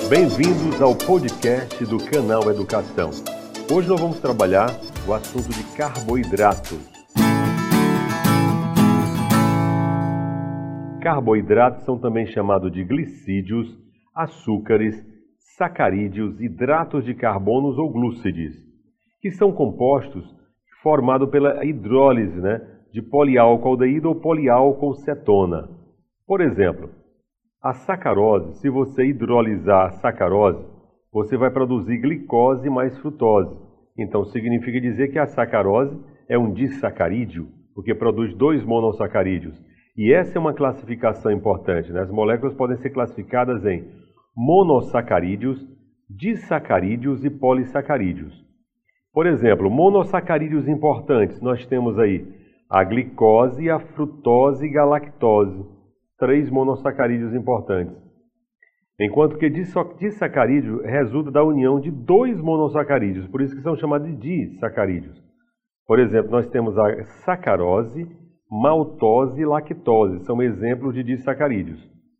Bem-vindos ao podcast do canal Educação. Hoje nós vamos trabalhar o assunto de carboidratos. Carboidratos são também chamados de glicídios, açúcares, sacarídeos, hidratos de carbono ou glúcides, que são compostos formados pela hidrólise, de poliálcool-aldeído ou poliálcool-cetona. Por exemplo, a sacarose, se você hidrolisar a sacarose, você vai produzir glicose mais frutose. Então, significa dizer que a sacarose é um disacarídeo, porque produz 2 monossacarídeos. E essa é uma classificação importante, As moléculas podem ser classificadas em monossacarídeos, disacarídeos e polissacarídeos. Por exemplo, monossacarídeos importantes, nós temos aí a glicose, a frutose e a lactose. 3 monossacarídeos importantes. Enquanto que disacarídeo resulta da união de 2 monossacarídeos, por isso que são chamados de disacarídeos. Por exemplo, nós temos a sacarose, maltose e lactose, são exemplos de disacarídeos.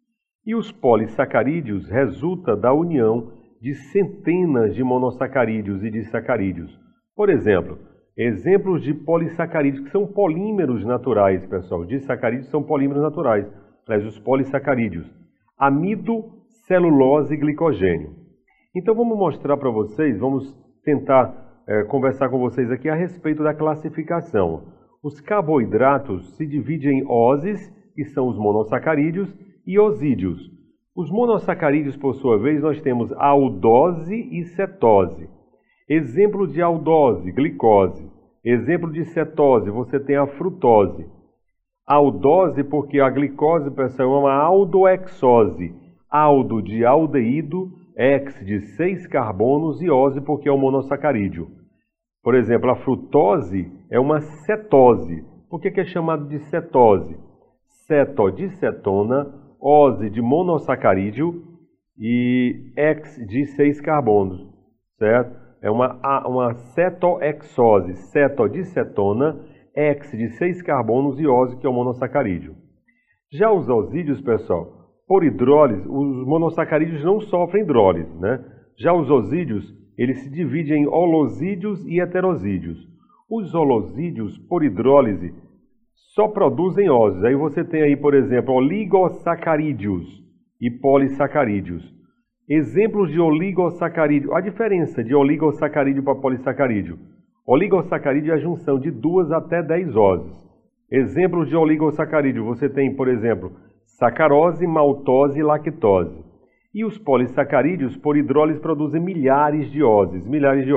E os polissacarídeos resultam da união de centenas de monossacarídeos e disacarídeos. Por exemplo, exemplos de polissacarídeos, que são polímeros naturais, pessoal. Disacarídeos são polímeros naturais. Os polissacarídeos, amido, celulose e glicogênio. Então vamos mostrar para vocês, vamos tentar conversar com vocês aqui a respeito da classificação. Os carboidratos se dividem em oses, que são os monossacarídeos, e osídeos. Os monossacarídeos, por sua vez, nós temos aldose e cetose. Exemplo de aldose, glicose. Exemplo de cetose, você tem a frutose. Aldose, porque a glicose, pessoal, é uma aldoexose. Aldo de aldeído, ex de 6 carbonos e ose porque é um monossacarídeo. Por exemplo, a frutose é uma cetose. Por que é chamado de cetose? Ceto de cetona, ose de monossacarídeo e ex de 6 carbonos, certo? É uma cetoexose, ceto de cetona, ex de 6 carbonos e ose, que é o monossacarídeo. Já os osídeos, pessoal, por hidrólise, os monossacarídeos não sofrem hidrólise, Já os osídeos, eles se dividem em holosídeos e heterosídeos. Os holosídeos, por hidrólise, só produzem oses. Aí você tem aí, por exemplo, oligossacarídeos e polissacarídeos. Exemplos de oligossacarídeo. A diferença de oligossacarídeo para polissacarídeo. Oligossacarídeo é a junção de 2 até 10 oses. Exemplos de oligossacarídeo, você tem, por exemplo, sacarose, maltose e lactose. E os polissacarídeos, por hidrólise, produzem milhares de oses.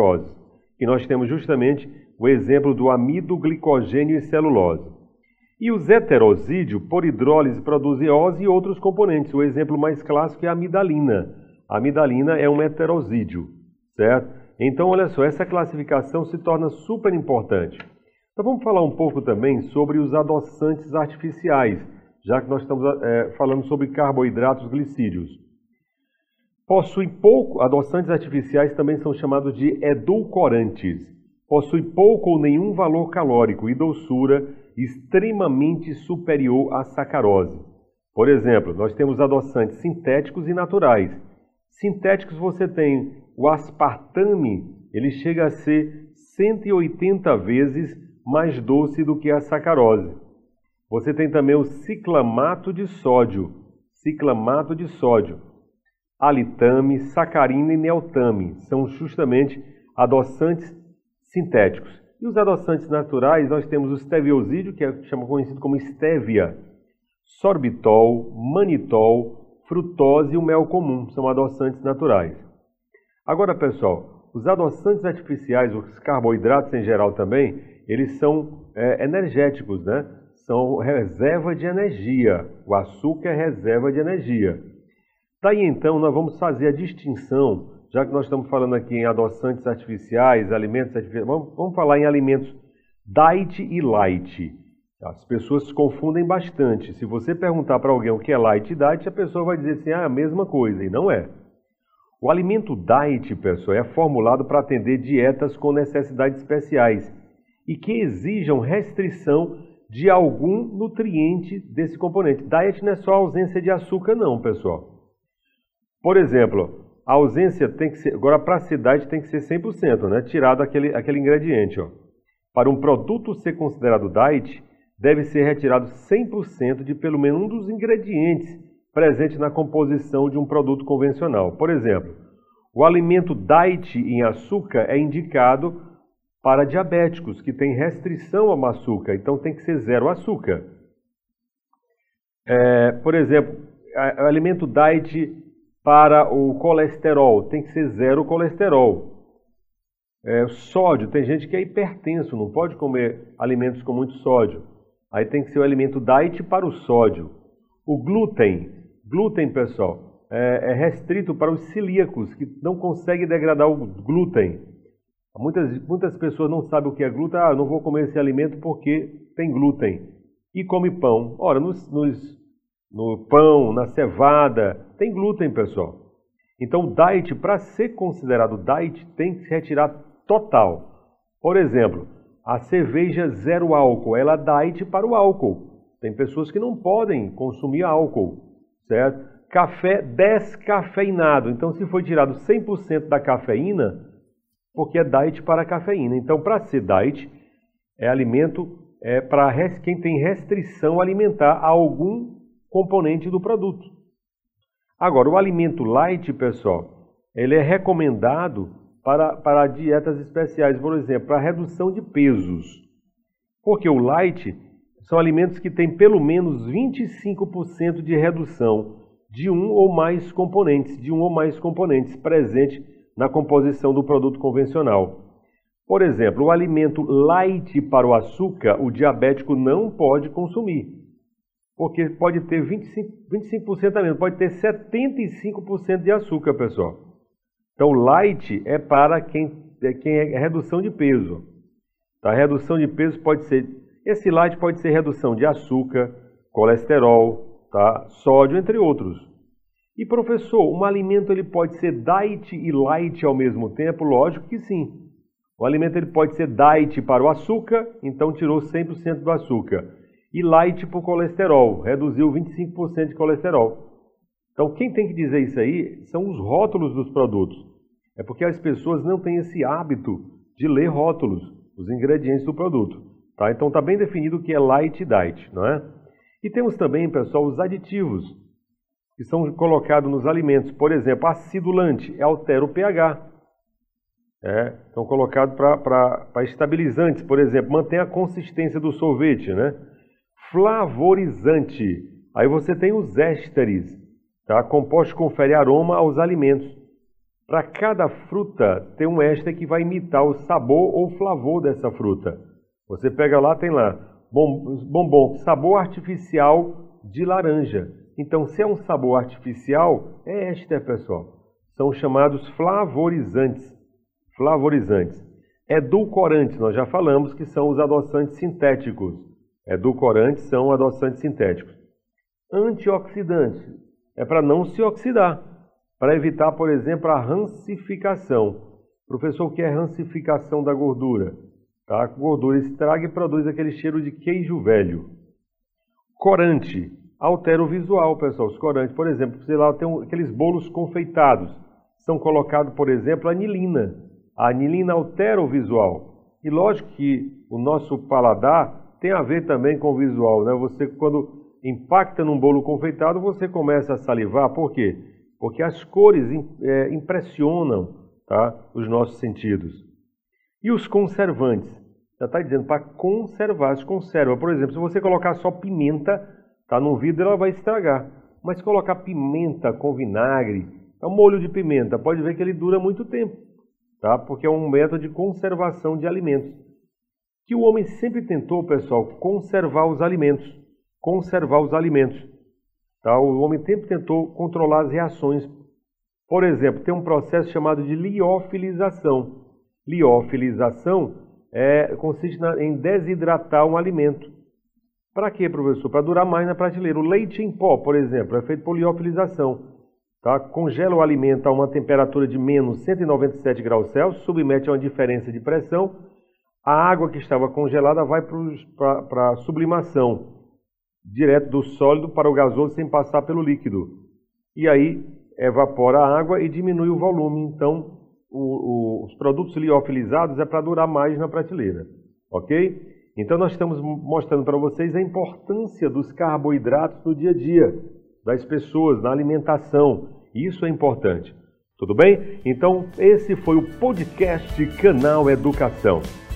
E nós temos justamente o exemplo do amido, glicogênio e celulose. E os heterosídeos, por hidrólise, produzem ose e outros componentes. O exemplo mais clássico é a amidalina. A amidalina é um heterosídeo, certo? Então, olha só, essa classificação se torna super importante. Então, vamos falar um pouco também sobre os adoçantes artificiais, já que nós estamos falando sobre carboidratos glicídios. Adoçantes artificiais também são chamados de edulcorantes. Possuem pouco ou nenhum valor calórico e doçura extremamente superior à sacarose. Por exemplo, nós temos adoçantes sintéticos e naturais. Sintéticos você tem o aspartame, ele chega a ser 180 vezes mais doce do que a sacarose. Você tem também o ciclamato de sódio, alitame, sacarina e neotame, são justamente adoçantes sintéticos. E os adoçantes naturais, nós temos o steviosídeo, que é conhecido como estévia, sorbitol, manitol, frutose e o mel comum, são adoçantes naturais. Agora, pessoal, os adoçantes artificiais, os carboidratos em geral também, eles são energéticos, São reserva de energia. O açúcar é reserva de energia. Daí então nós vamos fazer a distinção, já que nós estamos falando aqui em adoçantes artificiais, alimentos artificiais, vamos falar em alimentos diet e light. As pessoas se confundem bastante. Se você perguntar para alguém o que é light e diet, a pessoa vai dizer assim, a mesma coisa, e não é. O alimento diet, pessoal, é formulado para atender dietas com necessidades especiais e que exijam restrição de algum nutriente desse componente. Diet não é só ausência de açúcar não, pessoal. Por exemplo, A ausência tem que ser, agora a pracidade tem que ser 100%, né? Tirado aquele ingrediente, ó. Para um produto ser considerado diet, deve ser retirado 100% de pelo menos um dos ingredientes presentes na composição de um produto convencional. Por exemplo, o alimento diet em açúcar é indicado para diabéticos que têm restrição ao açúcar, então tem que ser zero açúcar. Por exemplo, o alimento diet para o colesterol tem que ser zero colesterol. Sódio, tem gente que é hipertenso, não pode comer alimentos com muito sódio. Aí tem que ser o alimento diet para o sódio. O glúten, pessoal, é restrito para os celíacos, que não conseguem degradar o glúten. Muitas pessoas não sabem o que é glúten. Não vou comer esse alimento porque tem glúten. E come pão. Ora, no pão, na cevada, tem glúten, pessoal. Então, diet, para ser considerado diet, tem que se retirar total. Por exemplo, a cerveja zero álcool, ela é diet para o álcool. Tem pessoas que não podem consumir álcool, certo? Café descafeinado. Então, se foi tirado 100% da cafeína, porque é diet para a cafeína. Então, para ser diet, é alimento para quem tem restrição alimentar a algum componente do produto. Agora, o alimento light, pessoal, ele é recomendado para dietas especiais, por exemplo, para redução de pesos. Porque o light são alimentos que têm pelo menos 25% de redução de um ou mais componentes presentes na composição do produto convencional. Por exemplo, o alimento light para o açúcar, o diabético não pode consumir, porque pode ter 25% a menos, pode ter 75% de açúcar, pessoal. Então, light é para quem é redução de peso. Tá? Redução de peso pode ser, esse light pode ser redução de açúcar, colesterol, tá? Sódio, entre outros. E professor, um alimento ele pode ser diet e light ao mesmo tempo? Lógico que sim. O alimento ele pode ser diet para o açúcar, então tirou 100% do açúcar. E light para o colesterol, reduziu 25% de colesterol. Então, quem tem que dizer isso aí são os rótulos dos produtos. É porque as pessoas não têm esse hábito de ler rótulos, os ingredientes do produto. Tá? Então, está bem definido o que é light e diet, não é? E temos também, pessoal, os aditivos que são colocados nos alimentos. Por exemplo, acidulante, altera o pH. São colocados para estabilizantes, por exemplo, mantém a consistência do sorvete, né? Flavorizante, aí você tem os ésteres, tá? Composto que confere aroma aos alimentos. Para cada fruta tem um éster que vai imitar o sabor ou flavor dessa fruta. Você pega lá, tem lá, bombom, sabor artificial de laranja. Então, se é um sabor artificial, é éster, pessoal. São chamados flavorizantes. Edulcorantes, nós já falamos que são os adoçantes sintéticos. Edulcorantes são adoçantes sintéticos. Antioxidantes é para não se oxidar, para evitar, por exemplo, a rancificação. Professor, o que é rancificação da gordura? Tá? A gordura estraga e produz aquele cheiro de queijo velho. Corante, altera o visual, pessoal. Os corantes, por exemplo, sei lá, tem aqueles bolos confeitados. São colocados, por exemplo, anilina. A anilina altera o visual. E lógico que o nosso paladar tem a ver também com o visual, né? Você, quando impacta num bolo confeitado, você começa a salivar. Por quê? Porque as cores impressionam, tá? Os nossos sentidos. E os conservantes? Já está dizendo para conservar, se conserva. Por exemplo, se você colocar só pimenta, tá, num vidro, ela vai estragar. Mas se colocar pimenta com vinagre, um molho de pimenta, pode ver que ele dura muito tempo, tá? Porque é um método de conservação de alimentos. Que o homem sempre tentou, pessoal, conservar os alimentos. Tá? O homem sempre tentou controlar as reações. Por exemplo, tem um processo chamado de liofilização. Liofilização consiste em desidratar um alimento. Para quê, professor? Para durar mais na prateleira. O leite em pó, por exemplo, é feito por liofilização. Tá? Congela o alimento a uma temperatura de menos 197 graus Celsius, submete a uma diferença de pressão. A água que estava congelada vai para a sublimação, direto do sólido para o gasoso sem passar pelo líquido. E aí evapora a água e diminui o volume. Então, os produtos liofilizados é para durar mais na prateleira, ok? Então, nós estamos mostrando para vocês a importância dos carboidratos no dia a dia das pessoas, na alimentação. Isso é importante. Tudo bem? Então, esse foi o podcast Canal Educação.